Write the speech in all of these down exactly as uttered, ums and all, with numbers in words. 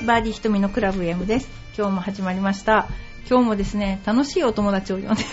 バーディーひとみのクラブ M です。今日も始まりました。今日もですね、楽しいお友達を呼んでます、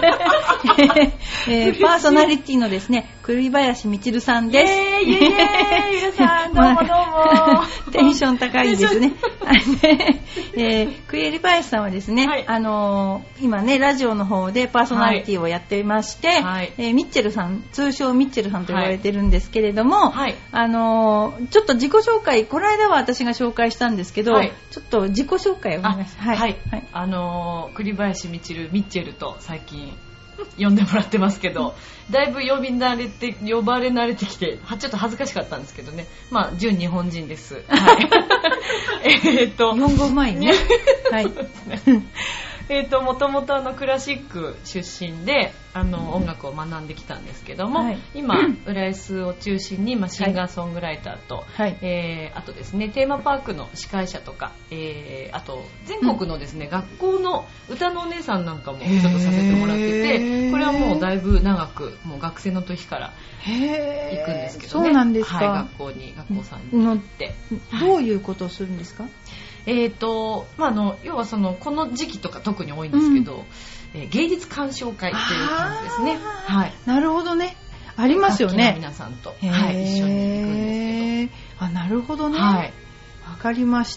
えー、パーソナリティのですね、栗林みちるさんです。 イエーイイエーイ皆さんどうもどうもテンション高いですね。えー、栗林さんはですね、はい、あのー、今ねラジオの方でパーソナリティをやっていまして、はい、えー、ミッチェルさん、通称ミッチェルさんと言われてるんですけれども、はい、あのー、ちょっと自己紹介、この間は私が紹介したんですけど、はい、ちょっと自己紹介をお願いします。 はい、はいはい、あのー、栗林みちるミッチェルと最近呼んでもらってますけど、だいぶ呼び慣れて呼ばれ慣れてきて、ちょっと恥ずかしかったんですけどね。まあ純日本人です。はい。えっと日本語うまいね。はい。 えっともともとあのクラシック出身であの音楽を学んできたんですけども、はい、今浦安を中心に、まあ、シンガーソングライターと、はい、えー、あとですねテーマパークの司会者とか、えー、あと全国のですね、うん、学校の歌のお姉さんなんかもちょっとさせてもらってて、これはもうだいぶ長くもう学生の時から行くんですけどね。 そうなんですか。 はい、学校に学校さんに行って、 どういうことをするんですか？ えーとまあ、あの要はそのこの時期とか特に多いんですけど、うん、えー、芸術鑑賞会という感じですね。はい、 なるほどね。ありますよね。 皆さんと、はい、一緒に行くんですけど。 あ、なるほどね。はい、わかりました。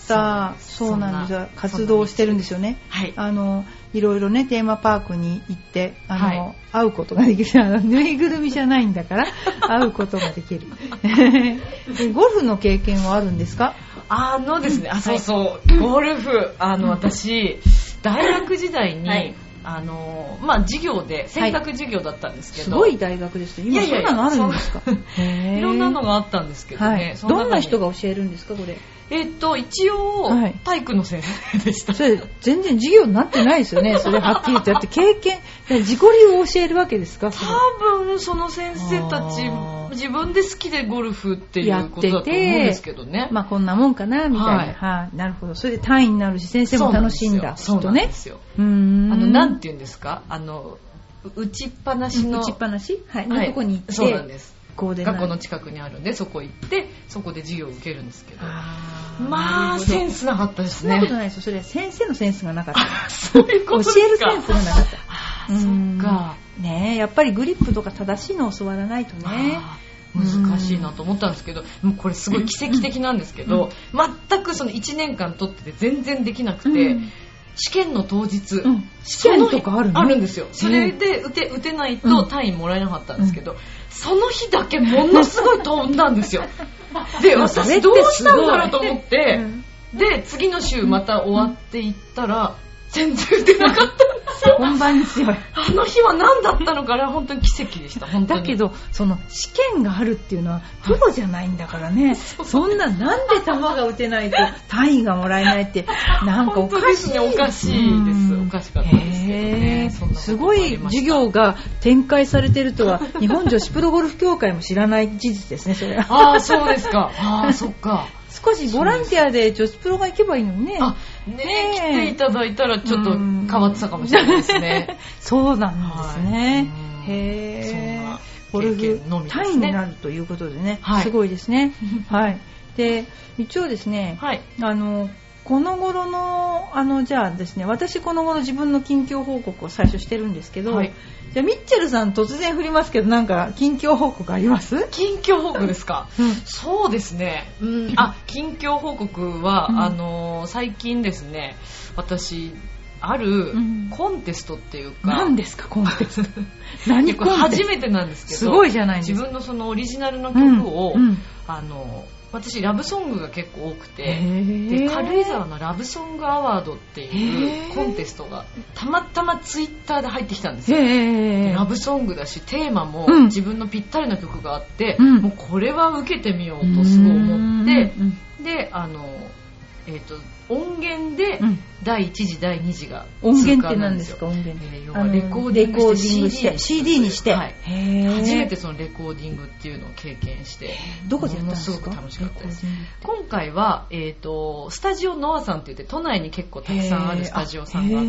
そうなんです。活動してるんですよね。はい、あのいろいろねテーマパークに行ってあの、はい、会うことができる。あのぬいぐるみじゃないんだから会うことができる。ゴルフの経験はあるんですか？ あのですね、あ、そうそう、ゴルフ、あの、私、大学時代に、はい、あの、まあ、授業で、選択授業だったんですけど。 すごい大学ですね。今そんなのあるんですか？ いろんなのがあったんですけどね。 はい、どんな人が教えるんですか、これ？ えっと、一応、はい、体育の先生でした。 それ、全然授業になってないですよね。それはっきり言って。だって経験、自己流を教えるわけですか？ 多分、その先生たち、自分で好きでゴルフっていうことだと思うんですけどね。 まあ、こんなもんかな、みたいな。はい。はあ、なるほど。それで単位になるし、先生も楽しいんだ。 そうなんですよ。うーん。あの、なんて言うんですか？あの、打ちっぱなしの。 打ちっぱなし？はい。のとこに行って。 そうなんです。学校の近くにあるんでそこ行ってそこで授業を受けるんですけど、まあセンスなかったですね。 そんなことないですよ。それは先生のセンスがなかった。 そういうことですか。 教えるセンスがなかった。 あ、そっか。 ねえ、やっぱりグリップとか正しいのを教わらないとね。 難しいなと思ったんですけど、もうこれすごい奇跡的なんですけど、全くそのいちねんかん取ってて全然できなくて、うん、試験の当日、うん、 試験とかあるの？ あるんですよ。それで打て、打てないと単位もらえなかったんですけど、うん、その日だけものすごい飛んだんですよ。で、私どうしたんだろうと思って、うん、で、次の週また終わっていったら、全然打てなかったんですよ。 本番に強い。 あの日は何だったのかな、本当に奇跡でした。本当に。 だけど、その試験があるっていうのはプロじゃないんだからね。そんな、なんで球が打てないと単位がもらえないって、なんかおかしい。 ね、おかしいです。おかしかったですけどね。 そんなすごい授業が展開されてるとは、日本女子プロゴルフ協会も知らない事実ですね、それは。 ああ、そうですか。ああ、そっか。 少しボランティアで女子プロが行けばいいのにね。 あ、ねえ、来ていただいたらちょっと変わってたかもしれないですね。 そうなんですね。へー。ゴルフ単位になるということでね、はい、すごいですね。はい。で、一応ですね、はい、あのこの頃のあのじゃあですね、私この頃自分の近況報告を最初してるんですけど、はい、じゃあミッチェルさん突然振りますけど、なんか近況報告あります？ 近況報告ですか？うん、そうですね。うん、あ、近況報告は、うん、あの最近ですね、私あるコンテストっていうか、 うん、何ですかコンテスト？何コンテスト？ 初めてなんですけど、 すごいじゃないですか。 自分のそのオリジナルの曲を、うんうん、あの私ラブソングが結構多くて、で軽井沢のラブソングアワードっていうコンテストがたまたまツイッターで入ってきたんですよ。ラブソングだしテーマも自分のぴったりな曲があって、うん、もうこれは受けてみようとすごい思って、であのえーと音源でだいいちじだいにじが音源って何ですか？音源、 えー、要はレコーディングしてシーディー にして、はい、 初めてそのレコーディングっていうのを経験して、 どこでやったんですか？ ものすごく楽しかったです。今回は、えーと、スタジオノアさんって言って都内に結構たくさんあるスタジオさんがあって、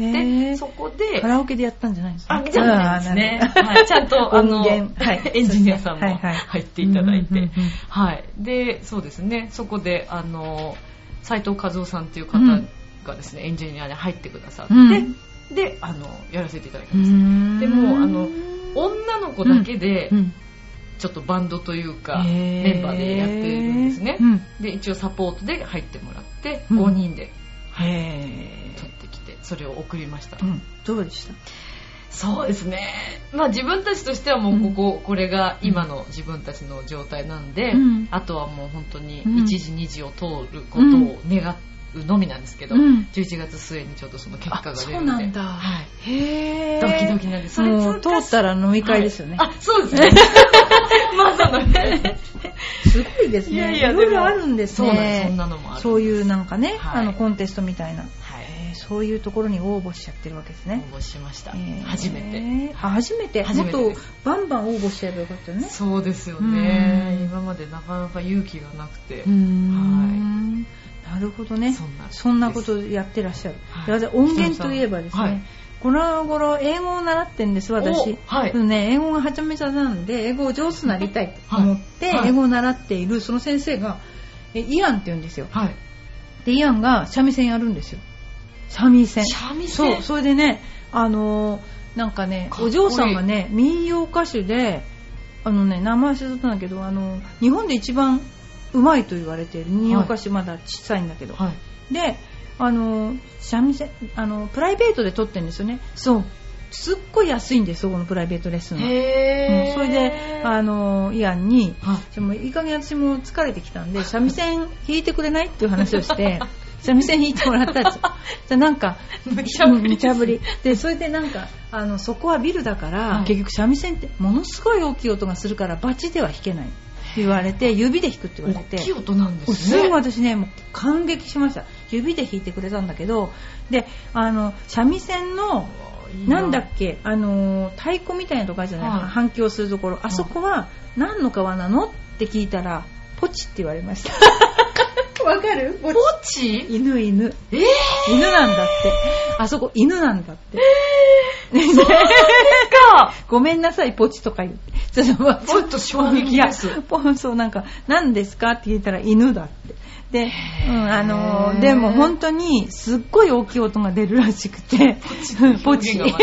そこでカラオケでやったんじゃないですか？ あ、じゃないですね。はい、ちゃんとあの、はい、エンジニアさんも入っていただいて、はい、でそうですね、そこであの斉藤和夫さんっていう方がですね、うん、エンジニアで入ってくださって、うん、であのやらせていただきました。でもあの女の子だけで、うんうんちょっとバンドというかメンバーでやってるんですね、うん、で一応サポートで入ってもらってごにんで、うん、へ撮ってきてそれを送りました、うん、 どうでした？ そうですね、まあ自分たちとしてはもうここ、うん、これが今の自分たちの状態なんで、うん、あとはもう本当にいちじにじを通ることを願ってのみなんですけど、うん、じゅういちがつ末にちょっとその結果が出るので、そうなんだ、はい、へードキドキなんです。 それ通ったら飲み会ですよね、 はい、あそうですねまさのねすごいですね。いやいやいろいろあるんですね。 そうなんです。そんなのもある。 そういうなんかね、はい、あのコンテストみたいな、はい、そういうところに応募しちゃってるわけですね。 応募しました、えー、初めて。 あ初めてもっとバンバン応募しちゃえばよかったよね。 そうですよね。今までなかなか勇気がなくて、うーんはいなるほどね。そんな、そんなことやってらっしゃる。はい、音源といえばですね、はい、この頃英語を習ってんです私、はいね、英語がはちゃめちゃなんで英語を上手になりたいと思って英語を習っているその先生がイアンって言うんですよ、はい、でイアンが三味線やるんですよ。三味線三味線そうそれでねあのー、なんかねお嬢さんがね民謡歌手であのね名前忘れちゃったんだけどあの日本で一番うまいと言われている民謡歌手、はい、まだ小さいんだけど、はい、であの三味線あのプライベートで撮ってるんですよね。そうすっごい安いんですそこのプライベートレッスンは。へー、うん、それであのイアンに、はい、もいい加減私も疲れてきたんで三味線弾いてくれないっていう話をして三味線弾いてもらったんですよ。じゃなんか無茶ぶりでそれでなんかあのそこはビルだから、はい、結局三味線ってものすごい大きい音がするからバチでは弾けない言われて指で弾くって言われて大きい音なんですね。 すごい私ねもう感激しました。指で弾いてくれたんだけどであの三味線のなんだっけあの太鼓みたいなとこあるじゃない、はい、反響するところあそこは何の皮なのって聞いたらポチって言われましたわかる？ ポチ？ 犬犬、 えー、 犬なんだってあそこ犬なんだって、 えー、そうですかごめんなさいポチとか言ってちょっとちょっと衝撃です。 そうなんか何ですかって聞いたら犬だってで、うん、あのでも本当にすっごい大きい音が出るらしくてポチポチ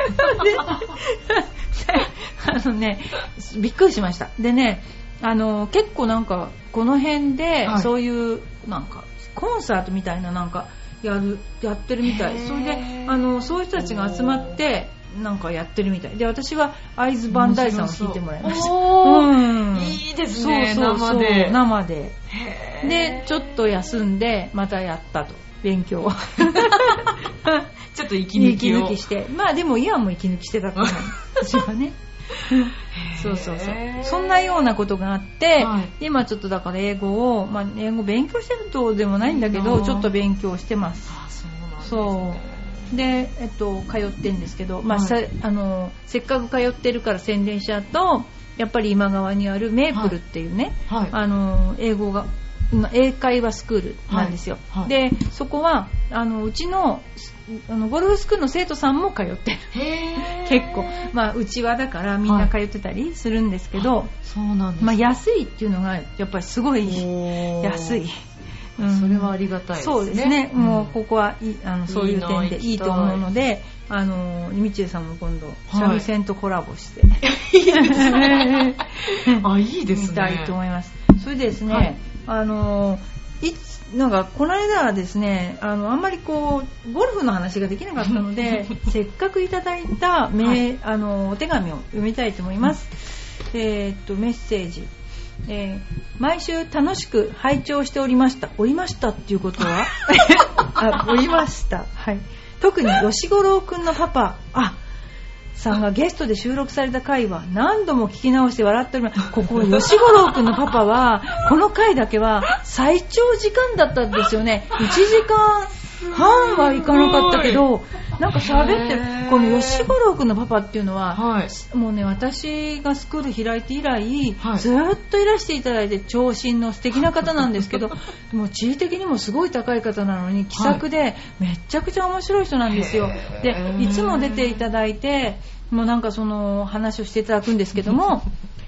あのねびっくりしました。でねあの結構なんかこの辺でそういうなんかコンサートみたいななんかやるやってるみたい。それであのそういう人たちが集まってなんかやってるみたいで私は会津磐梯山を弾いてもらいました。 うん、いいですね。 そうそうそう生で生ででちょっと休んでまたやったと勉強をちょっと息抜きを息抜きしてまあでもイアンも息抜きしてたから私はねそうそうそうそんなようなことがあって、はい、今ちょっとだから英語を、まあ、英語勉強してるとでもないんだけどちょっと勉強してます。 あそうなんですね。 そうで、えっと、通ってるんですけど、まあはい、あのせっかく通ってるから宣伝しちゃうとやっぱり今川にあるメープルっていうね、はいはい、あの英語が英会話スクールなんですよ、はいはい、でそこはあのうちのあのゴルフスクールの生徒さんも通ってるへ結構、まあ、うちわだからみんな通ってたりするんですけど、はい、 そうなんです、 まあ、安いっていうのがやっぱりすごい安い、 うん、それはありがたいですね。 そうですね、うん、もうここはいあのそういう点でいいと思うのであのみちえさんも今度三味線とコラボして、はい、いいですねあいいですね見たいと思います。それでですね、はい、あのいつなんかこの間はですねあのあんまりこうゴルフの話ができなかったのでせっかくいただいたメ、はい、あのお手紙を読みたいと思います、うん、えー、っとメッセージ、えー、毎週楽しく拝聴しておりました。おりましたっていうことはあおりましたはい特に吉五郎くんのパパあさんがゲストで収録された回は何度も聞き直して笑っております。ここ吉五郎くんのパパはこの回だけは最長時間だったんですよね。いちじかんはんはいかなかったけどなんか喋ってるこの吉五郎くんのパパっていうのは、はい、もうね私がスクール開いて以来、はい、ずっといらしていただいて長身の素敵な方なんですけどもう地位的にもすごい高い方なのに気さくでめっちゃくちゃ面白い人なんですよ。でいつも出ていただいてもうなんかその話をしていただくんですけども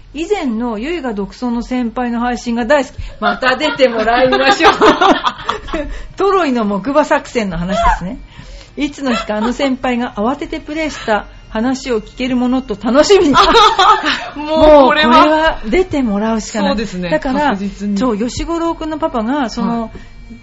以前のゆいが独尊の先輩の配信が大好き。また出てもらいましょう。トロイの木馬作戦の話ですね。いつの日かあの先輩が慌ててプレイした話を聞けるものと楽しみに。もうこれは出てもらうしかない。 そうですね。 だからそう吉五郎くんのパパがその、はい、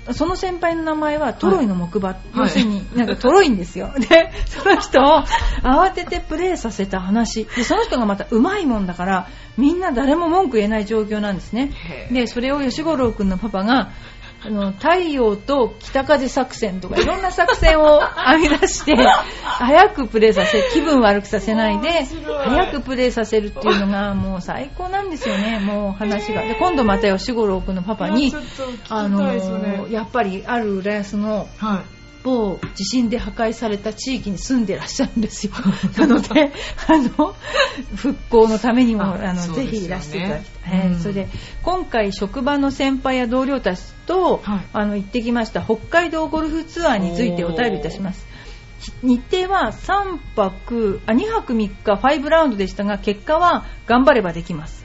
その先輩の名前はトロイの木馬、はい、要するになんかトロイんですよ。でその人を慌ててプレイさせた話で、その人がまた上手いもんだからみんな誰も文句言えない状況なんですね。でそれを吉五郎くんのパパがあの太陽と北風作戦とかいろんな作戦を編み出して早くプレイさせ、気分悪くさせないで早くプレイさせるっていうのがもう最高なんですよね。もう話がで今度また吉五郎くんのパパにあのやっぱりある浦安の、はい、某地震で破壊された地域に住んでらっしゃるんですよ。なのであの復興のためにもあの、ぜひいらしていただきたい、うん、それで今回職場の先輩や同僚たちと、はい、あの行ってきました北海道ゴルフツアーについてお便りいたします。日程はさんぱくあにはくみっかファイブラウンドでしたが、結果は頑張ればできます。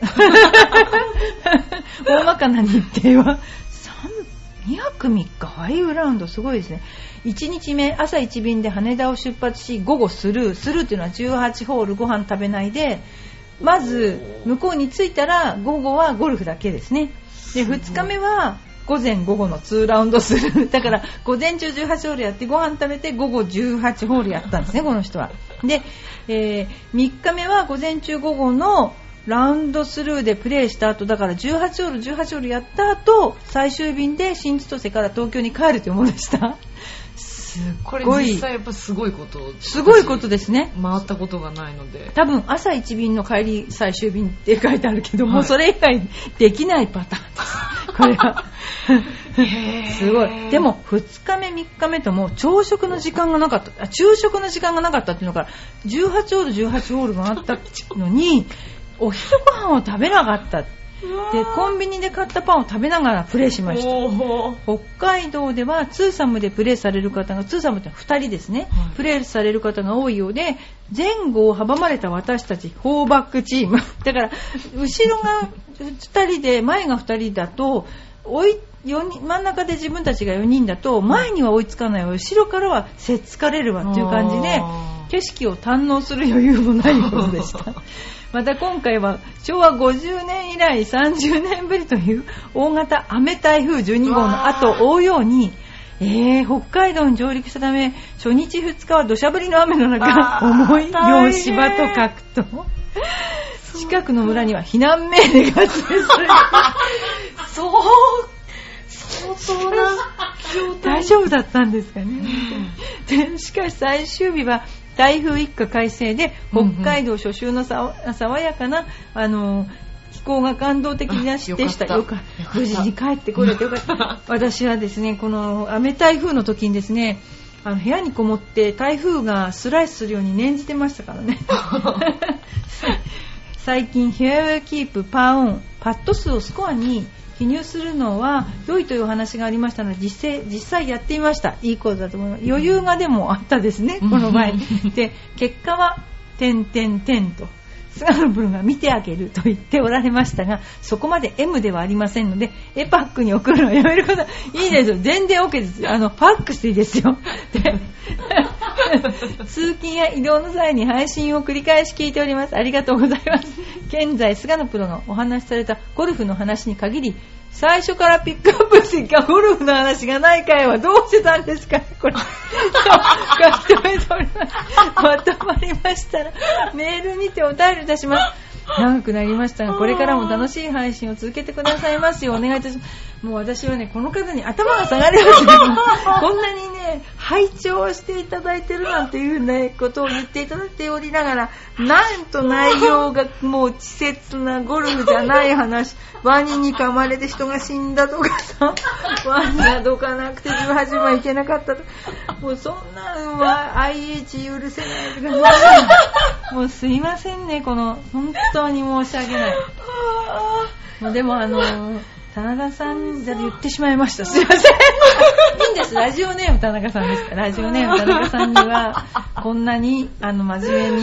大まかな日程はにはくみっかファイブラウンド、すごいですね。いちにちめ朝いち便で羽田を出発し、午後スルースルーっていうのはじゅうはちホールご飯食べないで、まず向こうに着いたら午後はゴルフだけですね。でふつかめは午前午後のにラウンドする。だから午前中じゅうはちホールやってご飯食べて午後じゅうはちホールやったんですね、この人は。で、えー、みっかめは午前中午後のラウンドスルーでプレーした後、だからじゅうはちホールじゅうはちホールやった後、最終便で新千歳から東京に帰るというものでした。すごい、これ実際やっぱすごいこと、 すごいことですね。 回ったことがないので、 多分朝いち便の帰り最終便って書いてあるけども、はい、それ以外できないパターンです。これはすごい。でもふつかめみっかめとも朝食の時間がなかった、あ昼食の時間がなかったっていうのからじゅうはちホールじゅうはちホール回ったのにお昼ご飯を食べなかった。でコンビニで買ったパンを食べながらプレーしました。北海道ではツーサムでプレーされる方が、ツーサムってふたりですね、はい、プレーされる方が多いようで、前後を阻まれた私たちフォーバックチームだから後ろがふたりで前がふたりだと追いよにん真ん中で自分たちがよにんだと前には追いつかないわ、後ろからはせっつかれるわっていう感じで景色を堪能する余裕もないことでしたまた今回はしょうわごじゅうねん以来さんじゅうねんぶりという大型雨台風じゅうにごうの後を追うように、えー、北海道に上陸したため初日ふつかは土砂降りの雨の中重い漁師場と書くと近くの村には避難命令が発生するそう相当な大丈夫だったんですかね、うん、でしかし最終日は台風一過快晴で北海道初秋のさ爽やかなあの気候が感動的でした。よかった無事に帰ってこれてよかった私はですねこの雨台風の時にですねあの部屋にこもって台風がスライスするように念じてましたからね最近ヘアウェイキープパーオンパット数をスコアに記入するのは良いというお話がありましたので 実際、実際やってみました。いいことだと思います。余裕がでもあったですねこの場合で結果は点点点と菅野プロが見てあげると言っておられましたが、そこまで エム ではありませんのでエパックに送るのはやめることいいですよ。全然 OK ですよ。あのファックスでいいですよで通勤や移動の際に配信を繰り返し聞いております。ありがとうございます。現在菅野プロがお話しされたゴルフの話に限り最初からピックアップしてきたゴルフの話がない回はどうしてたんですかこれ書き留めております。まとまりましたらメールにてお便りいたします。長くなりましたがこれからも楽しい配信を続けてくださいますようお願いいたします。もう私はねこの方に頭が下がりましたこんなにね拝聴していただいてるなんていうねことを言っていただいておりながら、なんと内容がもう稚拙なゴルフじゃない話ワニに噛まれて人が死んだとかさワニがどかなくてじゅうはちばんいけなかったとかもうそんなのは アイエイチ 許せないとかもうすいませんねこの本当に申し訳ないもうでもあのー田中さんじゃ言ってしまいました。すいません。いいんです。ラジオネーム田中さんですから。ラジオネーム田中さんにはこんなにあの真面目に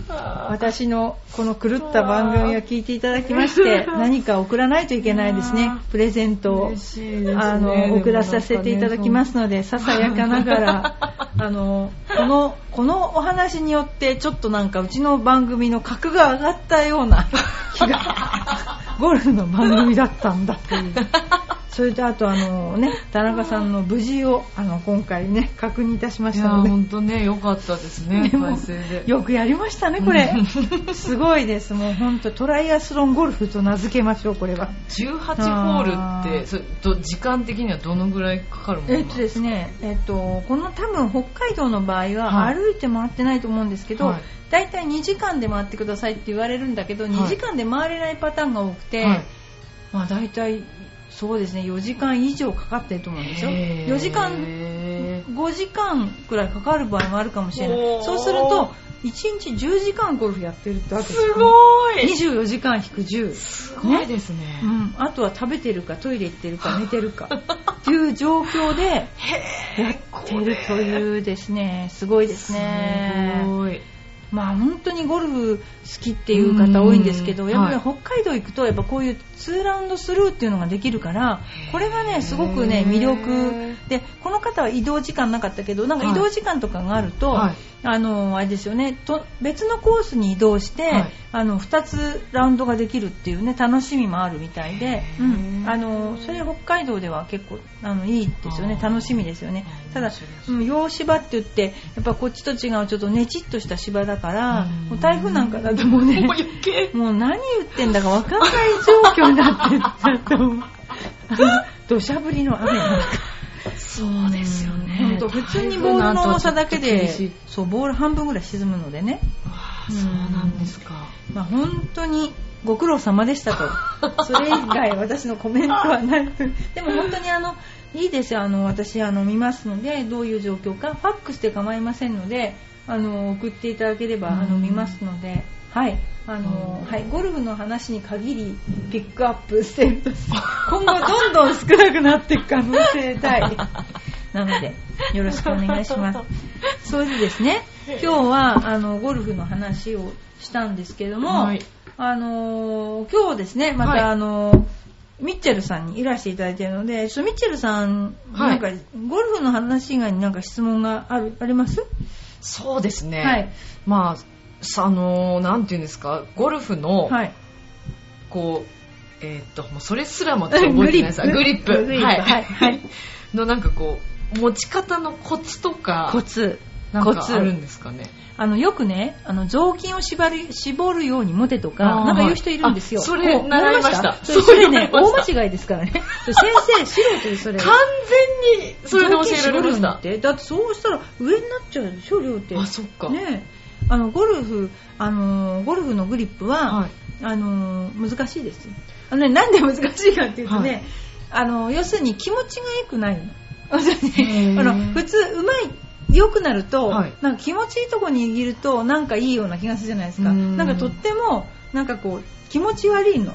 私のこの狂った番組を聞いていただきまして何か送らないといけないですね。プレゼントを、ね、あの送らさせていただきますので、ささやかながらあのこのこのお話によってちょっとなんかうちの番組の格が上がったような気がゴルフの番組だったんだという。それとあとあのね、田中さんの無事をあの今回ね確認いたしましたので、 本当ね良かったですね。 快晴でよくやりましたねこれ。すごいです。もう本当トライアスロンゴルフと名付けましょうこれは。 じゅうはちホールってそれと時間的にはどのぐらいかかるものなんですか？ えっとですね、えっとこの多分北海道の場合は歩いて回ってないと思うんですけど、はい、だいたいにじかんで回ってくださいって言われるんだけど、はい、にじかんで回れないパターンが多くて、はい、まあだいたいそうですねよじかん以上かかってると思うんですよ。よじかんごじかんくらいかかる場合もあるかもしれない。そうするといちにちじゅうじかんゴルフやってるってわけです。 すごい。 にじゅうよじかん引くじゅう。 すごいですね、 うん、あとは食べてるかトイレ行ってるか寝てるかっていう状況でやってるというですね、すごいですね。 すごい。 まあ本当にゴルフ好きっていう方多いんですけど、やっぱり北海道行くとやっぱこういうにラウンドスルーっていうのができるから、これがねすごくね魅力で、この方は移動時間なかったけどなんか移動時間とかがあると、はい、あのあれですよね、と別のコースに移動して、はい、あのふたつラウンドができるっていうね楽しみもあるみたいで、うん、あのそれ北海道では結構あのいいですよね、楽しみですよね。ただ、うん、洋芝って言ってやっぱこっちと違うちょっとねちっとした芝だから、もう台風なんかだともうねもう何言ってんだか分かんない状況になってったと思う。土砂降りの雨の中。 そうですよね。 本当普通にボールの重さだけでそうボール半分ぐらい沈むのでね。 あ、そうなんですか。 まあ本当にご苦労様でしたと。それ以外私のコメントはない。でも本当にあのいいですよ。あの私あの見ますのでどういう状況かファックスで構いませんので、あの送っていただければあの見ますので、はい。あのはい、ゴルフの話に限りピックアップしてると今後どんどん少なくなっていく可能性大なのでよろしくお願いします。それでですね、今日はあのゴルフの話をしたんですけども、はい、あの今日ですねまた、はい、あのミッチェルさんにいらしていただいているので、そのミッチェルさん、はい、なんかゴルフの話以外になんか質問があるあります？ そうですね、 はい、 まああのー、なんていうんですか、ゴルフの、はい、こう、えー、っと、もうそれすらも覚えてないです。グリップ。 グリップ。はい。はい。はい、 のなんかこう、持ち方のコツとか、 コツ。 なんかあるんですかね。 あの、よくね、あの、雑巾を縛る、絞るように持てとか、なんか言う人いるんですよ。 それ、習いました。 それ、それね、大間違いですからね。先生、素人でそれ。 完全に、それで教えられました。だってそうしたら上になっちゃうでしょ、両手。 あ、そっか。 ね。あのゴルフ、あのゴルフのグリップは、はい、あの難しいです。あの、ね、なんで難しいかっていうとね、はい、あの要するに気持ちが良くないの。あの普通うまい良くなると、はい、なんか気持ちいいとこに握るとなんかいいような気がするじゃないですか。なんかとってもなんかこう気持ち悪いの、はい、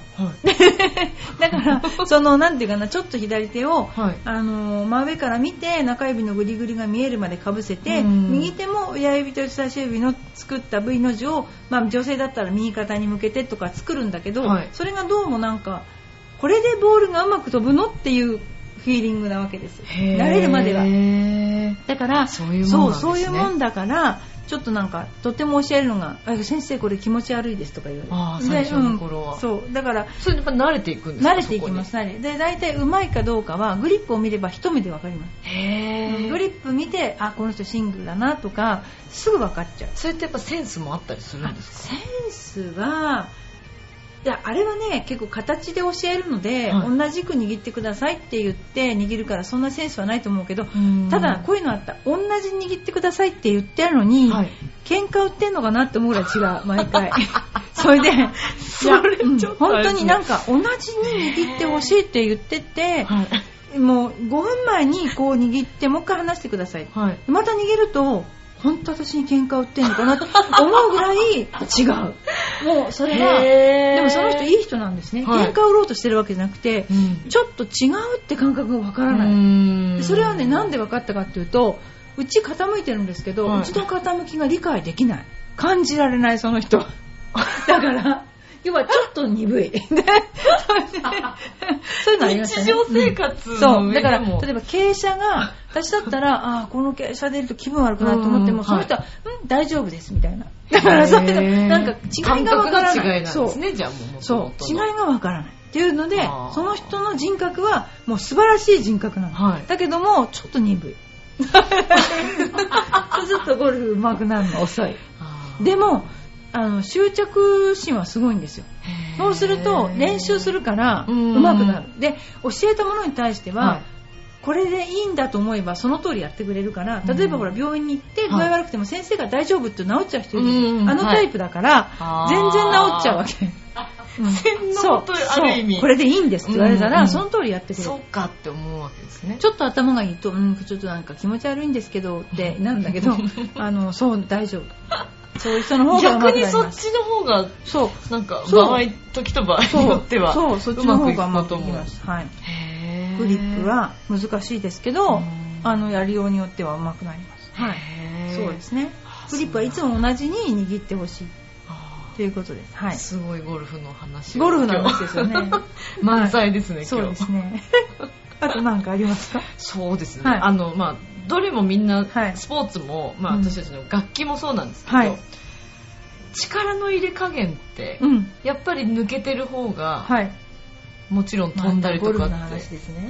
だからそのなんていうかな、ちょっと左手を、はい、あの真上から見て中指のグリグリが見えるまでかぶせて、右手も親指と人差し指の作った V の字を、まあ、女性だったら右肩に向けてとか作るんだけど、はい、それがどうもなんかこれでボールがうまく飛ぶのっていうフィーリングなわけです。慣れるまでは。だからそういうもんなんですね。そう、そういうもんだからちょっとなんかとても教えるのが、先生これ気持ち悪いですとか言われる。 ああ、最初の頃は、うん、 そうだからそれやっぱ慣れていくんですか？ 慣れていきます。慣れで大体うまいかどうかはグリップを見れば一目でわかります。 へー。 グリップ見て、あ、この人シングルだなとかすぐ分かっちゃう。 それってやっぱセンスもあったりするんですか？ センスはいや、あれはね結構形で教えるので、はい、同じく握ってくださいって言って握るからそんなセンスはないと思うけど、ただこういうのあった、同じ握ってくださいって言ってあるのに、はい、喧嘩売ってんのかなって思うぐらい違う毎回それでいやそれちょっとあれですね、 本当になんか同じに握ってほしいって言ってて、はい、もうごふんまえにこう握ってもう一回離してください、はい、また握ると本当私に喧嘩売ってんのかなって思うぐらい違う。もうそれはでもその人いい人なんですね、はい、喧嘩売ろうとしてるわけじゃなくて、うん、ちょっと違うって感覚がわからない。うんでそれはねなんで分かったかっていうと、うち傾いてるんですけど、はい、うちの傾きが理解できない。 感じられないその人は。だから要はちょっと鈍い。そういうのありましたね。 日常生活の上でも、 そうだから例えば傾斜が私だったらあこの傾斜出ると気分悪くなると思っても、その人は、はい、うん大丈夫ですみたいな。だからそういうのなんか違いがわからない。 感覚の違いなんですね。じゃあもうそう違いがわからないっていうので、その人の人格はもう素晴らしい人格なの。はい、だけどもちょっと鈍い。そうするとゴルフ上手くなるの遅い。でもあの執着心はすごいんですよ。そうすると練習するから上手くなる。で教えたものに対しては、はい、これでいいんだと思えばその通りやってくれるから、例えばほら病院に行って具合悪くても先生が大丈夫って治っちゃう人いるんです。あのタイプだから、はい、全然治っちゃうわけ。 うん、洗脳とある意味これでいいんですって言われたら、うんうん、その通りやってくれる。 そうかって思うわけですね。 ちょっと頭がいいと、うん、ちょっとなんか気持ち悪いんですけどってなんだけどあのそう大丈夫。そういう人の方が逆にそっちの方がそうなんか場合時と場合によってはそうそうそっちの方がうまくいきます。はい。へー。グリップは難しいですけど、あのやりようによってはうまくなります。はい。そうですね。グリップはいつも同じに握ってほしい。ということです。はい。 すごいゴルフの話。 ゴルフの話ですよね。 満載ですね。 はい、そうですね。あと何かありますか？ そうですね。はい、あのまあどれもみんな、はい、スポーツもまあ私たちの楽器もそうなんですけど、はい、力の入れ加減って、うん、やっぱり抜けてる方が、はい、もちろん飛んだりとかって。まあ、ゴルフの話ですね。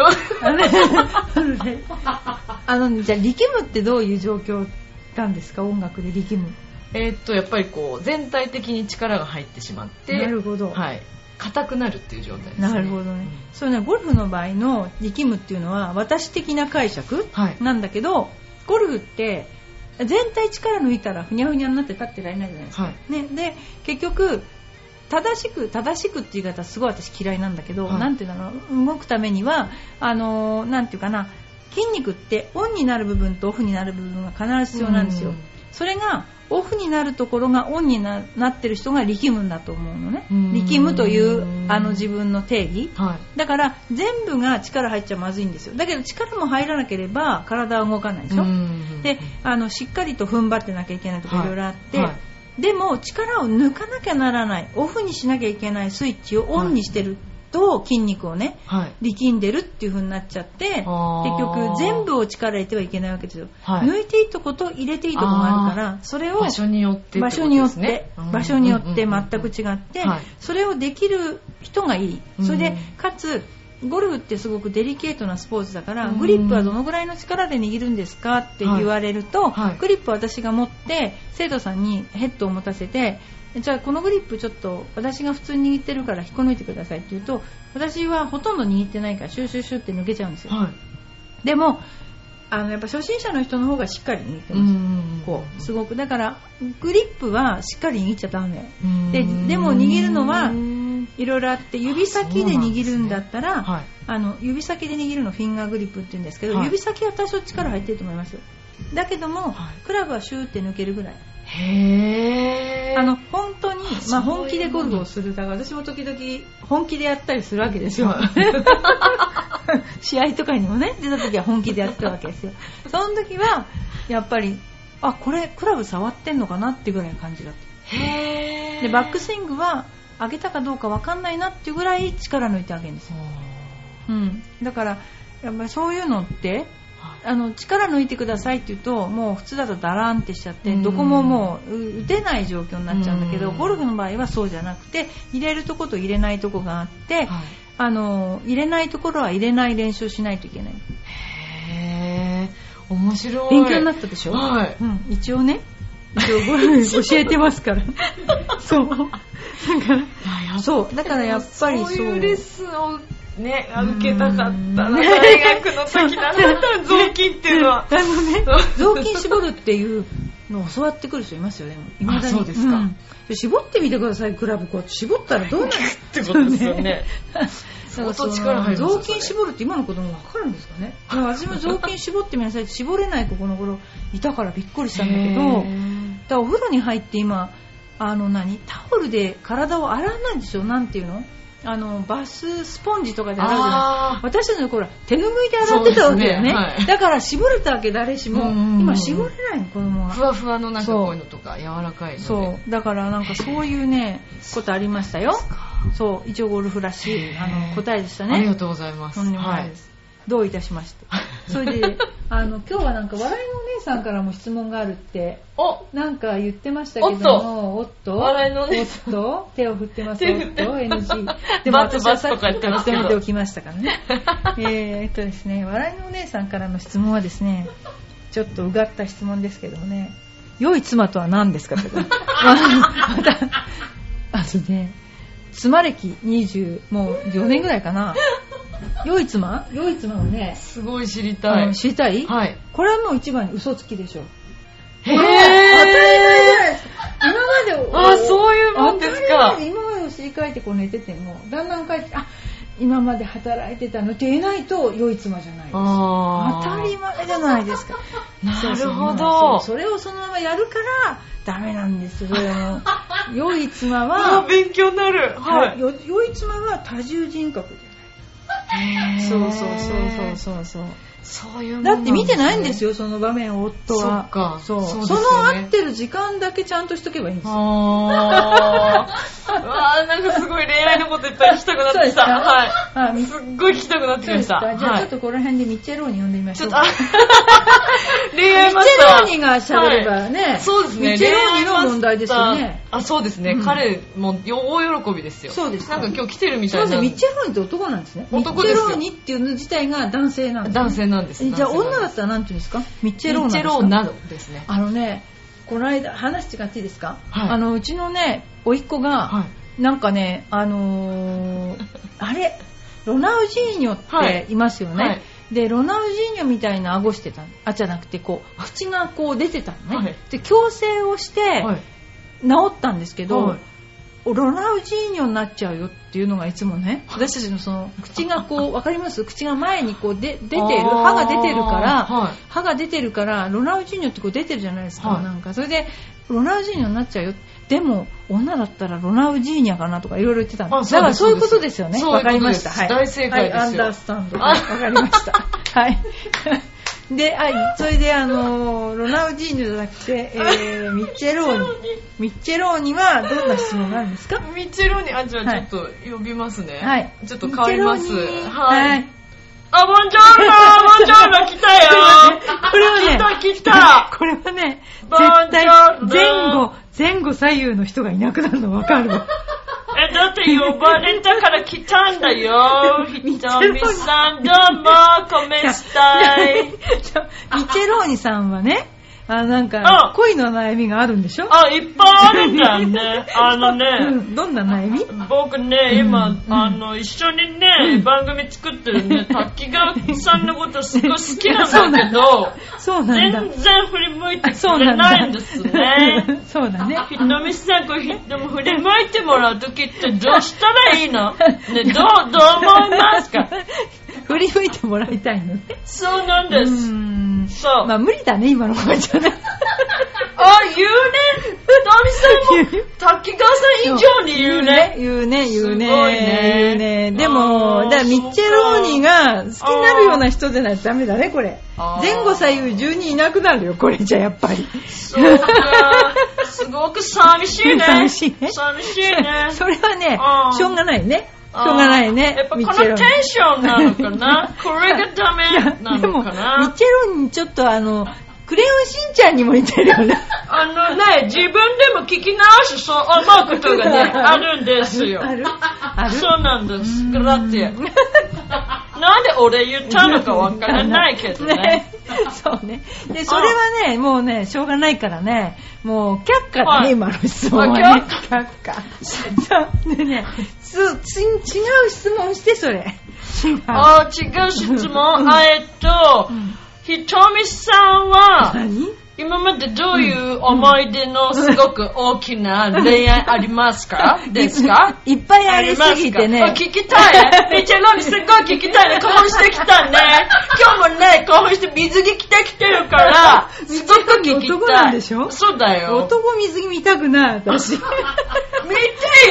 あのじゃあ力むってどういう状況なんですか？音楽で力む。 えー、っとやっぱりこう全体的に力が入ってしまって、 なるほど、 はい、硬くなるっていう状態ですね。 なるほどね、うん、そうね、ゴルフの場合の力むっていうのは私的な解釈なんだけど、はい、ゴルフって全体力抜いたらふにゃふにゃになって立ってられないじゃないですか、はい、ね、で結局正しく正しくっていう言い方すごい私嫌いなんだけど、はい、なんていうの動くためにはあのなんていうかな、筋肉ってオンになる部分とオフになる部分が必ず必要なんですよ。それがオフになるところがオンに な, なってる人が力むんだと思うのね。力むというあの自分の定義、はい、だから全部が力入っちゃまずいんですよ。だけど力も入らなければ体は動かないでしょ。であのしっかりと踏ん張ってなきゃいけないとかいろいろあって、はいはい、でも力を抜かなきゃならない、オフにしなきゃいけないスイッチをオンにしてると筋肉をね、はい、力んでるっていう風になっちゃって、結局全部を力入れてはいけないわけですよ、はい、抜いていいとこと入れていいとこがあるから、それを場所によって場所によって場所によって全く違って、それをできる人がいい。それでかつゴルフってすごくデリケートなスポーツだから、グリップはどのぐらいの力で握るんですかって言われると、はいはい、グリップは私が持って生徒さんにヘッドを持たせて、じゃあこのグリップちょっと私が普通に握ってるから引っこ抜いてくださいって言うと、私はほとんど握ってないからシューシューシューって抜けちゃうんですよ、はい、でもあのやっぱ初心者の人の方がしっかり握ってます。こうすごくだからグリップはしっかり握っちゃダメで、でも握るのはいろいろあって、指先で握るんだったら、ね、はい、あの指先で握るのフィンガーグリップって言うんですけど、はい、指先は多少力入ってると思います。だけども、はい、クラブはシューって抜けるぐらい。 へー、 あの本当に、まあ、本気でゴルフをする、だから私も時々本気でやったりするわけですよ試合とかにもね出た時は本気でやってたわけですよ。その時はやっぱりあこれクラブ触ってんのかなっていうぐらいの感じだった。へー。でバックスイングは上げたかどうか分かんないなっていうぐらい力抜いてあげるんですよ、うん、だからやっぱりそういうのってあの力抜いてくださいって言うともう普通だとダラーンってしちゃってどこももう打てない状況になっちゃうんだけど、ゴルフの場合はそうじゃなくて入れるとこと入れないとこがあって、はい、あの入れないところは入れない練習しないといけない。 へー、面白い。 勉強になったでしょ、はい、うん、一応ね一応ゴルフ教えてますからそうだからそうだからやっぱりそうそういうレッスンをね、受けたかったな、大学の時なかった雑巾っていうのはあのね、雑巾絞るっていうのを教わってくる人いますよね。未だに。 そうですか、 うん、絞ってみてください。クラブこう絞ったらどうなるってことですよね。相当力入りますよね。 雑巾絞るって今の子供分かるんですかね。私も雑巾絞ってみなさいって絞れない子この頃いたからびっくりしたんだけど、だからお風呂に入って今あの何タオルで体を洗わないんですよ。なんていうのあのバススポンジとかで洗うじゃない。私たちの頃は手ぬぐいで洗ってたわけよ ね, ね、はい、だから絞れたわけ誰しも。今絞れないの子供は。 ふわふわのなんかこういうのとか柔らかいので。 そうだからなんかそういうねことありましたよ。そう一応ゴルフらしいあの答えでしたね。 ありがとうございます。 とんでもないです、はい、どういたしまして。それであの今日はなんか笑いのお姉さんからも質問があるっておなんか言ってましたけども、おっと笑いのお姉さんおっと手を振ってます。おっと エヌジー でも私はさっきから止めておきましたからね。えーっとですね笑いのお姉さんからの質問はですねちょっとうがった質問ですけどもね、良い妻とは何ですかってまたあとね妻歴にじゅうもうよねんぐらいかな。良い妻良い妻をねすごい知りたい。 知りたい、 はい、 これはもう一番に嘘つきでしょ。 へー当たり前じゃないですか。今まであそういうもんですか。 今までお尻かいてこう寝ててもだんだん帰ってあ今まで働いてたのって言えないと良い妻じゃないです。 あ当たり前じゃないですか。 なるほど。 それをそのままやるからダメなんですよ。それも良い妻は勉強になる、 はい、良い妻は多重人格じゃない。そうそうそうそうそうそうそういうもんだって見てないんですよその場面を夫は。 そっかそうそうですそよね、 の合ってる時間だけちゃんとしとけばいいんですよ。 あーわーなんかすごい恋愛のこといっぱい聞きたくなってきた。はい、すっごい聞きたくなってきました。 じゃあちょっとこの辺でミッチェローニ呼んでみましょう。 ちょっと恋愛マスターミッチェローニが喋ればね、はい、 そうですね、 ミッチェローニの問題ですよね。 あそうですね、うん、彼も大喜びですよ。 そうですなんか今日来てるみたいな。 そうですミッチェローニって男なんですね。 男ですよ。 ミッチェローニっていうの自体が男性なんです、ね、 男性なんです。 じゃあ女だったら何て言うんですか。ミッチェローナですか。 ミッチェローナですね。 あのねこの間話違っていいですか、 はい、 あのうちのね甥っ子が、 はい、なんかねあのー、あれロナウジーニョっていますよね、はいはい、でロナウジーニョみたいな顎してたあじゃなくてこう口がこう出てたのね、はい、で矯正をして治ったんですけど、はい、ロナウジーニョになっちゃうよっていうのがいつもね私たちのその口がこう分かります口が前にこうで出てる歯が出てるから、はい、歯が出てるからロナウジーニョってこう出てるじゃないですか、はい、なんかそれでロナウジーニョになっちゃうよでも女だったらロナウジーニャかなとかいろいろ言ってたんです。だからそういうことですよね。わかりました。はい。 大正解ですよ。 はい、アンダースタンド。わかりました。はい。で、はい、それであのロナウジーニョじゃなくて、えー、ミッチェローニ。ミッチェローニはどんな質問なんですか？ ミッチェローニ、あじゃあちょっと呼びますね。 はい。 ちょっと変わります。 はい。はいあ、ボンジョーロボンジョーロ来たよこれはね、 来た来たこれはね、絶対前後、前後左右の人がいなくなるの分かるわ。 え、だって呼ばれたから来たんだよ。ひとみさんどうも、コメスタイ。 ミチェローニさんはね、あなんか恋の悩みがあるんでしょ。 あ、いっぱいあるんだよね。あのね、 うん、どんな悩み？ 僕ね、今、うん、あの一緒にね、うん、番組作ってるね、滝川さんのことすごい好きなんだけど、 そうなんだ。 全然振り向いてくれないんですね。 そうだね。 ひとみさん、これでも振り向いてもらうときってどうしたらいいの？ね、どうどう思いますか？ 振り向いてもらいたいのね。 そうなんです。 うんそう。 まあ無理だね今の子じゃね。 あ、言うね。タミさんも滝川さん以上に言うね。 言うね、言うね、言うね。言うね。でも、だからミッチェローニが好きになるような人じゃないとダメだねこれ。前後左右じゅうにんいなくなるよこれじゃやっぱり。 そうか。すごく寂しいね。 寂しいね。 寂しいね。 それはね、しょうがないね。しょうがないね。 やっぱこのテンションなのかなこれがダメなのかな。 ミッチェローニにちょっとあのクレヨンしんちゃんにも似てるよね。 あのね、自分でも聞き直しそう思うことがね、あるんですよ。 あるあるそうなんです。グラッティア。なんで俺言ったのかわからないけどね。 ねそうね。で、それはね、もうね、しょうがないからね、もう却下だね、今の質問はね。却下。そうでね、つ、つ、違う質問して、それ。 違う。あ、違う質問。あ、えっと、ひとみさんは、 何今までどういう思い出のすごく大きな恋愛ありますかですかいっぱいありすぎてね。 聞きたい。ミチェローニすごい聞きたいね。興奮してきたね。今日もね、興奮して水着着てきてるから、すごく聞きたい。 男なんでしょ？ そうだよ。 男水着見たくない、私。 見てよ。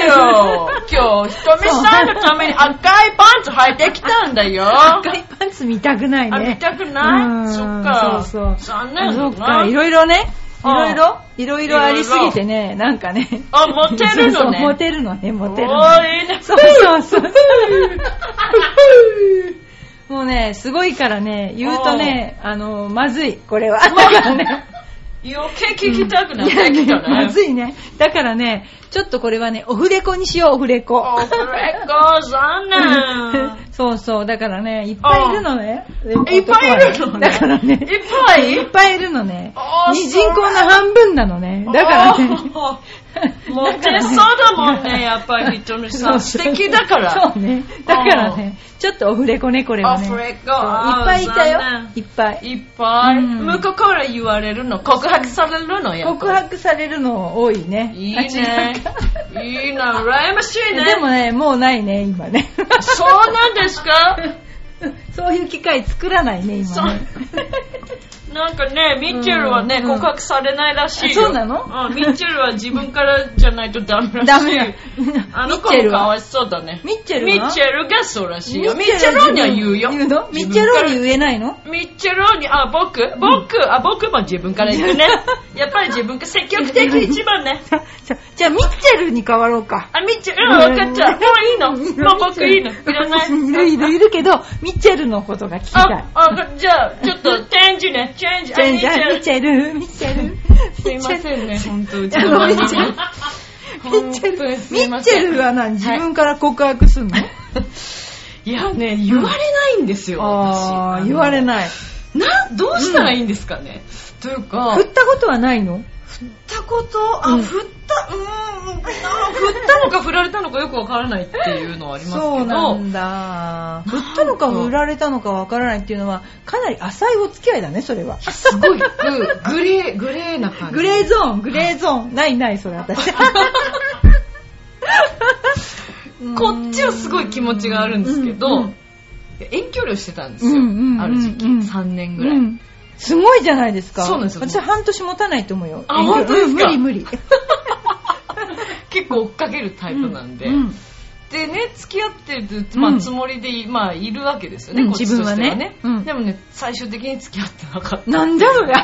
よ。今日、ひとみさんのために赤いパンツ履いてきたんだよ。 赤いパンツ見たくないね。 あ、見たくない？そっか。 そうそう。 残念だな。 そっか、いろいろね。いろいろいろいろありすぎてね、なんかね。 あ、モテるのね。 モテるのね、モテるの。 おー、いいね。 そうそうそう。もうね、すごいからね、言うとね、あの、まずい、これは。だからね。 余計聞きたくなってきたね。 まずいね。だからね、ちょっとこれはね、オフレコにしよう、オフレコ。 オフレコ、残念。 そうそう、だからね、いっぱいいるのね。 いっぱいいるのね。 だからね、 いっぱいいっぱいいるのね。人口の半分なのね。だからね。 モテそうだもんね、やっぱりひとみさん。素敵だから。 そうね。だからね、ちょっとオフレコね、これはね。 オフレコ。いっぱいいたよ。いっぱい。 いっぱい。向こうから言われるの、告白されるのや。 告白されるの多いね。 いいね。いいな、羨ましいね。 でもね、もうないね、今ね。 そうなんですか？ そういう機会作らないね、今ね。 なんかね、ミッチェルはね、告白されないらしいよ。 そうなの？ うん、ミッチェルは自分からじゃないとダメらしい。ダメだ。あの子もかわいそうだね。 ミッチェルはミッチェルがそうらしいよ。ミッチェルには言うよ。 言うの？ミッチェルに言えないの？ ミッチェルに、あ、僕僕、あ、僕も自分から言うね。やっぱり自分が積極的一番ね。 じゃあ、ミッチェルに変わろうか。 あ、ミッチェル、うん、分かった。もういいの？もう僕いいの？いらない？ いるいるいるけど、ミッチェルのことが聞きたい。 あ、あ、じゃあ、ちょっと、チェンジね。チェンジ。 チェンジ。ミッチェル、ミッチェル。 すいませんね、本当に。ミッチェル。ミッチェル。ミッチェルは何？自分から告白すんの？ いやね、言われないんですよ。 ああ、言われない。 な、どうしたらいいんですかね。というか。 振ったことはないの？ 振ったことあ、振った、うーん、振ったのか振られたのかよくわからないっていうのはありますけど。 そうなんだ。振ったのか振られたのかわからないっていうのはかなり浅いお付き合いだね、それは。 すごいグレーグレーな感じ。 グレーゾーン、グレーゾーン。ないないそれ私。 こっちはすごい気持ちがあるんですけど、うんうん、遠距離をしてたんですよ。うんうんうん、ある時期さんねんぐらい。うんすごいじゃないですか。 そうなんですよ。 私は半年持たないと思うよ。 あ、本当ですか？ 無理無理。 結構追っかけるタイプなんで。うん、でね、付き合ってる、まあ、つもりで、まあ、いるわけですよね、うん、こっちとしてはね。自分はね、うん。でもね、最終的に付き合ってなかった。 なんだそりゃ。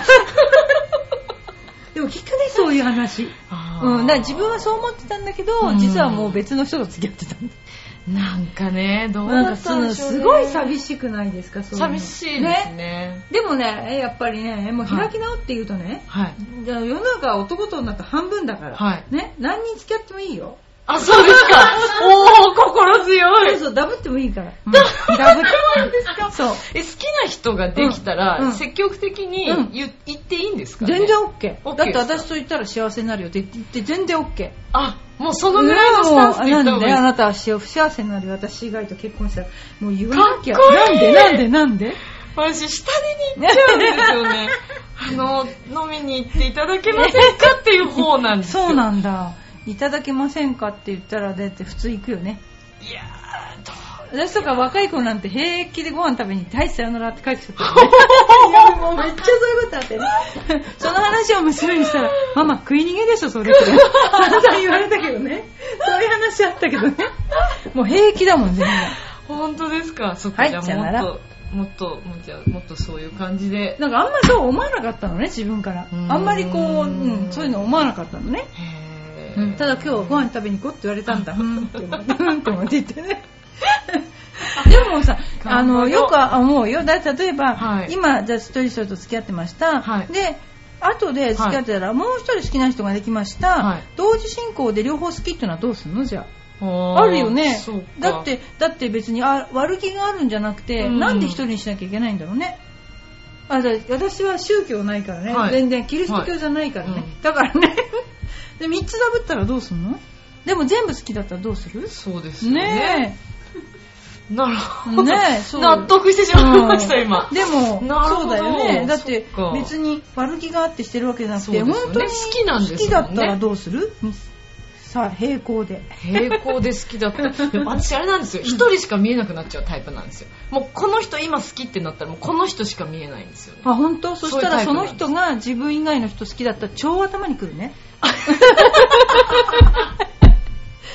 でも聞くね、そういう話。うん、だから自分はそう思ってたんだけど、うん、実はもう別の人と付き合ってたんだ。 なんかね、どうだったんでしょうね。 すごい寂しくないですか、そういうの。 寂しいですね。ねでもね、やっぱりね、もう開き直って言うとね、はい、じゃあ世の中は男と女と半分だから、はい、ね、何人付き合ってもいいよ。 あ、そうですか。おー、心強い。 そうそう、ダブってもいいから。 うん、ダブってもいいんですか。 そう。 え、好きな人ができたら、うん、積極的に言、うん、言っていいんですかね。 全然 OK。だって私と言ったら幸せになるよって言って全然 OK。 あ、もうそのぐらいのスタンスで言った方がいい。 なんであなたは不幸せになるよ、私以外と結婚したら。もう言わなきゃ。かっこいい。なんでなんでなんで私、下に行っちゃうんですよね。あの、飲みに行っていただけませんかっていう方なんですよ。 そうなんだ。いただけませんかって言ったらだって普通行くよね。 いやーどう私とか若い子なんて平気でご飯食べに行ってはいさよならって帰ってきちゃったよね。もうめっちゃそういうことあってね。その話を娘にしたらママ食い逃げでしょそれって散々言われたけどね。そういう話あったけどね。もう平気だもん全然。 本当ですか。そっか、はい、じゃあもっともっともうじゃあもっとそういう感じでなんかあんまりそう思わなかったのね自分から。あんまりこう、うん、そういうの思わなかったのね。うん、ただ今日ご飯食べに行こうって言われたんだ。うんって思って言ってね。でもさ、あのよく思うよ。だ例えば、はい、今じゃあ一人一人と付き合ってました。はい、で後で付き合ってたら、はい、もう一人好きな人ができました。はい、同時進行で両方好きっていうのはどうするのじゃあ。あるよね。だってだって別にあ悪気があるんじゃなくて、うん、なんで一人にしなきゃいけないんだろうね。あだ私は宗教ないからね、はい、全然キリスト教じゃないからね。はい、だからね。でみっつダブったらどうするの？でも全部好きだったらどうする？ そうですよね。 ねえ。なるほど。 ねえ、 そう。納得してしまいました、うん、今。 でもそうだよね。だって別に悪気があってしてるわけじゃなくて、ね、本当に好きなんですよね。好きだったらどうする？さあ平行で平行で好きだった私あれなんですよ一人しか見えなくなっちゃうタイプなんですよ。もうこの人今好きってなったらもうこの人しか見えないんですよね。 あ本当？そしたらその人が自分以外の人好きだったら超頭にくるね。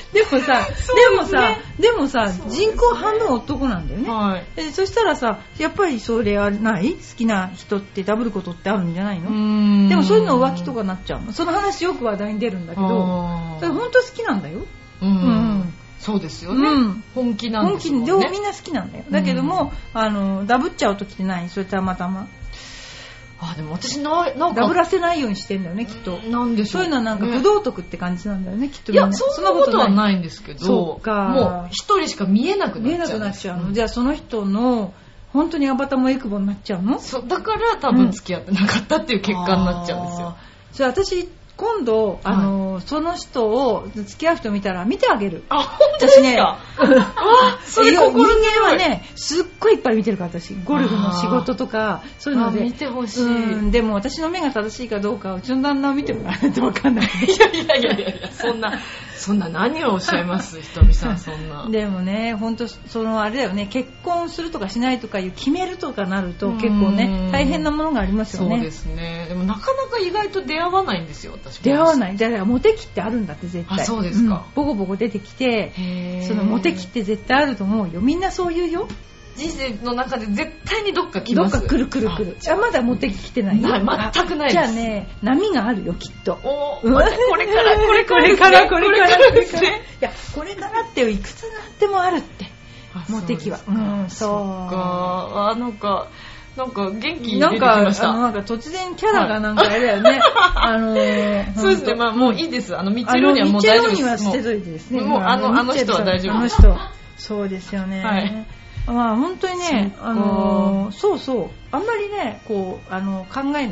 でもさ、でもさ、でもさ、人口半分男なんだよね。はい、そしたらさ、やっぱりそれはない好きな人ってダブることってあるんじゃないの？でもそういうの浮気とかなっちゃうの。その話よく話題に出るんだけど、本当好きなんだよ。うん。うんそうですよね、うん、本気なんですもんね。 本気でみんな好きなんだよ。だけども、うん、あのダブっちゃう時ってない？それたまたま。 あ、でも私ななんかダブらせないようにしてんだよね、きっと。 なんでしょう。 そういうのはなんか不道徳って感じなんだよね、きっと。 いや、そんなことはないんですけど、 そうか、 もう一人しか見えなくなっちゃう。 見えなくなっちゃうの。うん、じゃあその人の本当にアバタもエクボになっちゃうの？ そう、だから多分付き合ってなかったっていう結果になっちゃうんですよ。 それ私今度、あのーはい、その人を付き合う人見たら見てあげる。 あ、本当ですか？ 私ね、あ、それ心強い。人間はね、すっごいいっぱい見てるから私。ゴルフの仕事とかそういうので見てほしい。 うん、でも私の目が正しいかどうかうちの旦那を見てもらわないと分かんない。いやいやいやいやいや、そんなそんな何をおっしゃいますひとみさん、そんな。 でもね、本当そのあれだよね、結婚するとかしないとかいう決めるとかなると結構ね大変なものがありますよね。 そうですね。でもなかなか意外と出会わないんですよ、私も。 出会わない。だからモテ期ってあるんだって絶対。 あ、そうですか。 うん、ボコボコ出てきて、そのモテ期って絶対あると思うよ。みんなそう言うよ。 人生の中で絶対にどっか来ます。 どっか来る来る来る。あ、まだモテ期来てない？ ない、全くないです。 じゃあね、波があるよきっと。 お、これからこれからこれからこれからですね。いや、これからっていくつになってもあるって。モテ期は。うん、そう。 そっか。あ、なんか。なんか元気に出てきました。 なんか、なんか突然キャラがなんかあれだよね。はい、あのー、 そうですね。まあもういいです。あのミッチェロにはもう大丈夫です。 ミッチェロには捨てといてですね。 もうあのあの人は大丈夫。 あの人。そうですよね。はい。まあ本当にね、あのー、そうそう。あんまりね、こうあの考えない。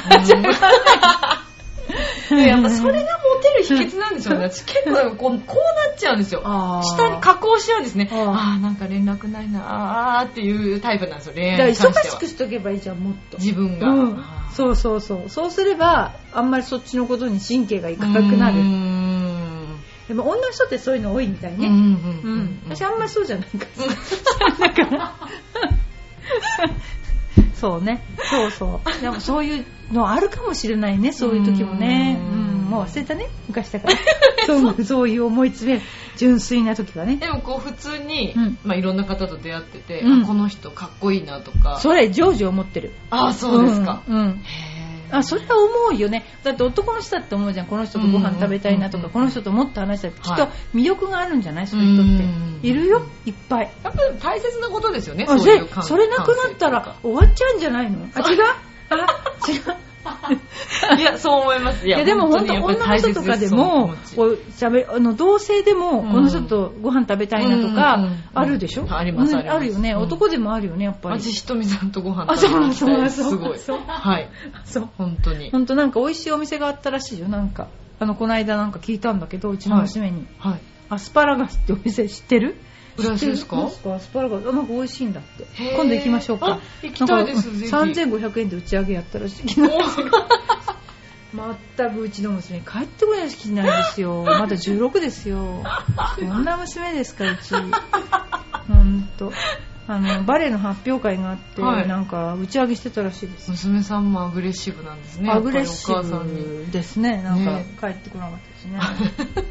やっぱそれがモテる秘訣なんですよね。私結構こう、こうなっちゃうんですよ。下に加工しちゃうんですね。ああ、なんか連絡ないなーっていうタイプなんですよ、恋愛に関しては。 だから忙しくしとけばいいじゃん、もっと。 自分が、うん。 そうそうそう。そうすれば、あんまりそっちのことに神経がいかなくなる。うーん、でも女の人ってそういうの多いみたいね。うんうんうんうん、私あんまりそうじゃないから。だからそうね、そうそう。でもそういうのあるかもしれないね、そういう時もね。うん、もう忘れたね、昔だからそうそういう思い詰め純粋な時はね。 でもこう普通に、うん、まあ、いろんな方と出会ってて、うん、この人かっこいいなとか。 それ常時思ってる。 ああ、そうですか。 うん、うん、あ、それは思うよね。だって男の人だって思うじゃん。この人とご飯食べたいなとか、この人ともっと話したいって、きっと魅力があるんじゃない？そういう人っているよ、いっぱい。 やっぱり大切なことですよね。そういう感それなくなったら終わっちゃうんじゃないの？あ、違う？あ、違う。 いや、そう思います。 いや、でも本当女の人とかでもこうしゃべあの同性でもこの人とご飯食べたいなとかあるでしょ？ ありますあります。 あるよね。男でもあるよね、やっぱり。 私ひとみさんとご飯食べに行きたいです。すごい。はい。 そう。 本当に。 本当なんか美味しいお店があったらしいよ。なんかあのこの間なんか聞いたんだけど、うちの娘に。はい。アスパラガスってお店知ってる？ 浦安ですか？ アスパラガスなんか美味しいんだって。今度行きましょうか。 行きたいです。ぜひ。 さんぜんごひゃくえんで打ち上げやったらしい。全くうちの娘帰ってこないしないですよ。まだじゅうろくですよ。そんな娘ですか、うち。ほんと。あのバレエの発表会があって、はい、なんか打ち上げしてたらしいです。 娘さんもアグレッシブなんですね。 アグレッシブですね。なんか帰ってこなかったですね。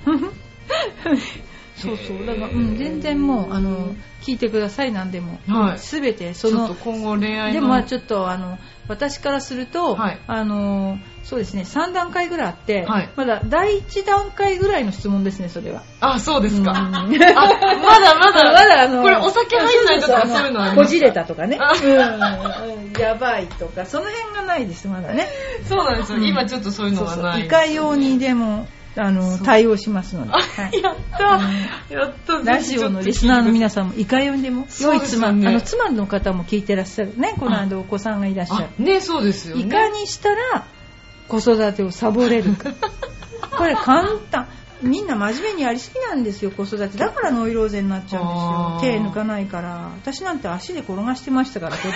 そうそうだから、うん、全然もうあの聞いてください。何でも、はい、全てそのちょっと今後恋愛のでもまあちょっとあの私からすると、はい、あのそうですねさん段階ぐらいあって、はい、まだだいいち段階ぐらいの質問ですね、それは。 あ、そうですか。あ、まだまだまだあのこれお酒入んないとかそういうのありますか？ こじれたとかね、うん、やばいとかその辺がないです、まだね。 そうなんですよ、うん、今ちょっとそういうのがない。 いかようにでもあの対応しますので、はい、やった、うん、やったラジオのリスナーの皆さんもいかようにでも良い妻、ね、あの妻の方も聞いてらっしゃるね、この間お子さんがいらっしゃるね。そうですよね。 いかにしたら子育てをサボれるかこれ簡単。みんな真面目にやりすぎなんですよ、子育て。だからノイローゼになっちゃうんですよ。手抜かないから。私なんて足で転がしてましたから、子供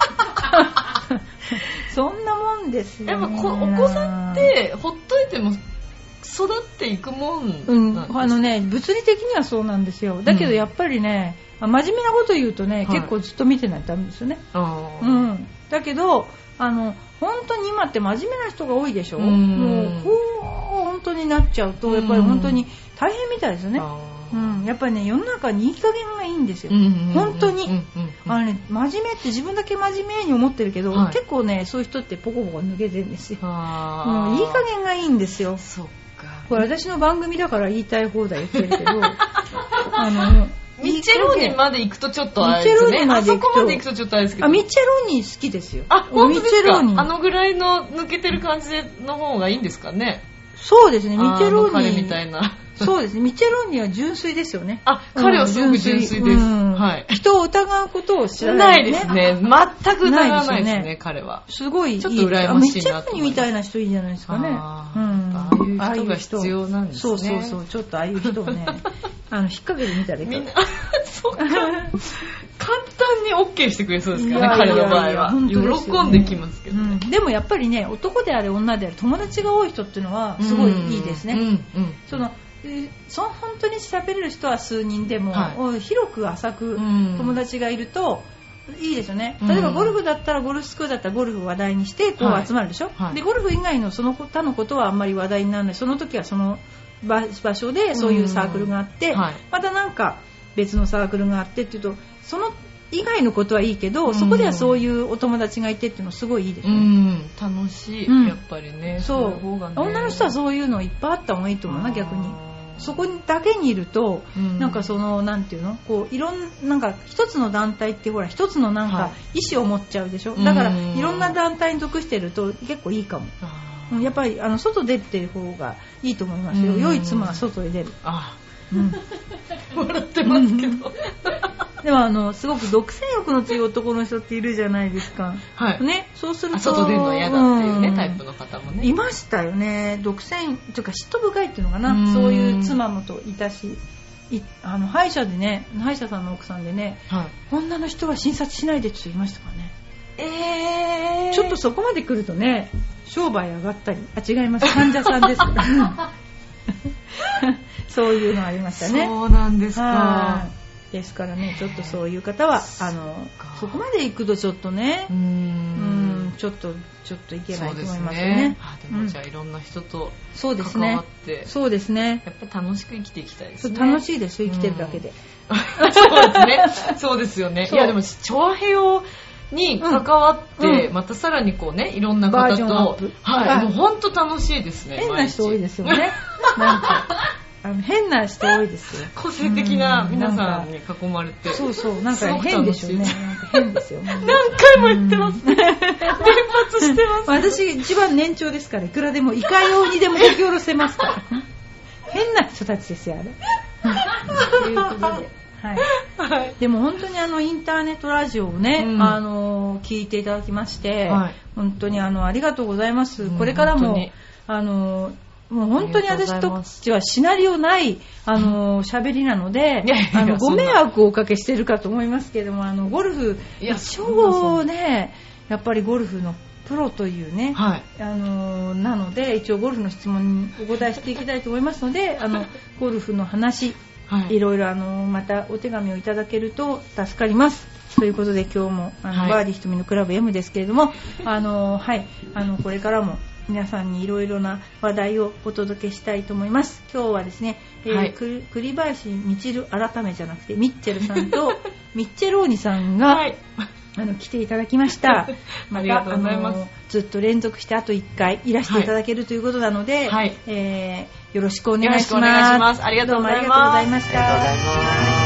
そんなもんですよね。 やっぱこお子さんってほっといても育っていくもんなんですか？うん、 あのね、物理的にはそうなんですよ。だけどやっぱりね、うん、真面目なこと言うとね、はい、結構ずっと見てないとダメですよね。うん、だけどあの本当に今って真面目な人が多いでしょ。うん、もう本当になっちゃうとやっぱり本当に大変みたいですよね。うん、やっぱりね世の中にいい加減がいいんですよ、うんうんうんうん、本当に、うんうんうん、あのね真面目って自分だけ真面目に思ってるけど、はい、結構ねそういう人ってポコポコ抜けてるんですよ。もういい加減がいいんですよ。 そっか。 これ私の番組だから言いたい放題言ってるけどあのミッチェローニまで行くとちょっとあれですね。あそこまで行くとちょっとあれですけど。 あ、ミッチェローニ好きですよ。 あ、本当ですか。あのぐらいの抜けてる感じの方がいいんですかね。 そうですね。ミッチェローニ。 彼みたいな。 そうですね。ミッチェローニは純粋ですよね。 あ、彼はすごく純粋です。うん、 はい。人を疑うことを知らない、 ね。ないですね。全く疑わないですね、彼は。 すごいいい。 ちょっと羨ましいなと思います。 ミッチェローニみたいな人いいじゃないですかね。 あ、うん、ああいう人が必要なんですね。 そうそうそう。ちょっとああいう人をね、あの引っ掛けてみたらいいか。 みんな、そうか。簡単に オーケー してくれそうですからね、彼の場合は。喜んできますけど、ねうん。でもやっぱりね、男であれ女であれ友達が多い人っていうのはすごいいいですね。うんうんうん、そのその本当に喋れる人は数人でも、はい、広く浅く友達がいるといいですよね。例えばゴルフだったらゴルフスクールだったらゴルフを話題にしてこう集まるでしょ、はいはい、でゴルフ以外のその他のことはあんまり話題にならない。その時はその場所でそういうサークルがあって、はい、またなんか別のサークルがあってっていうとその以外のことはいいけどそこではそういうお友達がいてっていうのすごいいいですね。うん、 楽しい、うん、やっぱりね。 そう、そうね、女の人はそういうのいっぱいあった方がいいと思うな逆に。そこだけにいると、うん、なんかそのなんていうのこういろんなんか一つの団体ってほら一つのなんか意思を持っちゃうでしょ、はい、だからいろんな団体に属してると結構いいかも。やっぱりあの外出てる方がいいと思いますよ。良い妻は外へ出る。 ああ、うん、笑ってますけどでもあのすごく独占欲の強い男の人っているじゃないですか、 はいね、そうすると外出るの嫌だっていうね、うん、タイプの方もねいましたよね。独占というか嫉妬深いっていうのかな。うそういう妻もといたしいあの歯医者でね歯医者さんの奥さんでね、はい、女の人は診察しないでって言いましたからね。えー、ちょっとそこまで来るとね商売上がったりあ違います患者さんですそういうのありましたね。 そうなんですか。 ですからねちょっとそういう方はあのそこまで行くとちょっとねうーんうんちょっとちょっといけないと思いますよね。 ねあでもじゃあいろんな人と関わってそうですね。 やっぱり楽しく生きていきたいですね。 楽しいです生きてるだけで。 そうですね。そうですよね。いやでもチョアヘヨに関わって、うん、またさらにこうねいろんな方とはい、もう本当楽しいですね。 変な人多いですよね。なんかあの変な人多いですよ。 個性的な皆さんに囲まれて、 うん、そうそうなんか変でしょうね。なんか変ですよ。 何回も言ってますね。連発してます。 私一番年長ですからいくらでもいかようにでも引き下ろせますから。変な人たちですよあれ。ということで。はいはい、でも本当にあのインターネットラジオをね、うん、あの聞いていただきまして、はい、本当にあのありがとうございます、うん、これからもあのもう本当に私たちはシナリオないあの喋りなのであのご迷惑をおかけしているかと思いますけれどもあのゴルフ一応ねやっぱりゴルフのプロというね、はい、あのなので一応ゴルフの質問にお答えしていきたいと思いますのであのゴルフの話はい、いろいろあのまたお手紙をいただけると助かりますということで今日もあの、はい、バーディーひとみのクラブ M ですけれどもあの、はい、あのこれからも皆さんにいろいろな話題をお届けしたいと思います。今日はですね、えーはい、栗林みちる改めじゃなくてミッチェルさんとミッチェローニさんが、はいあの来ていただきました。またありがとうございます。ずっと連続してあといっかいいらしていただけるということなので、はいえー、よろしくお願いします。 よろしくお願いします。ありがとうございます。 どうもありがとうございました。 ありがとうございます。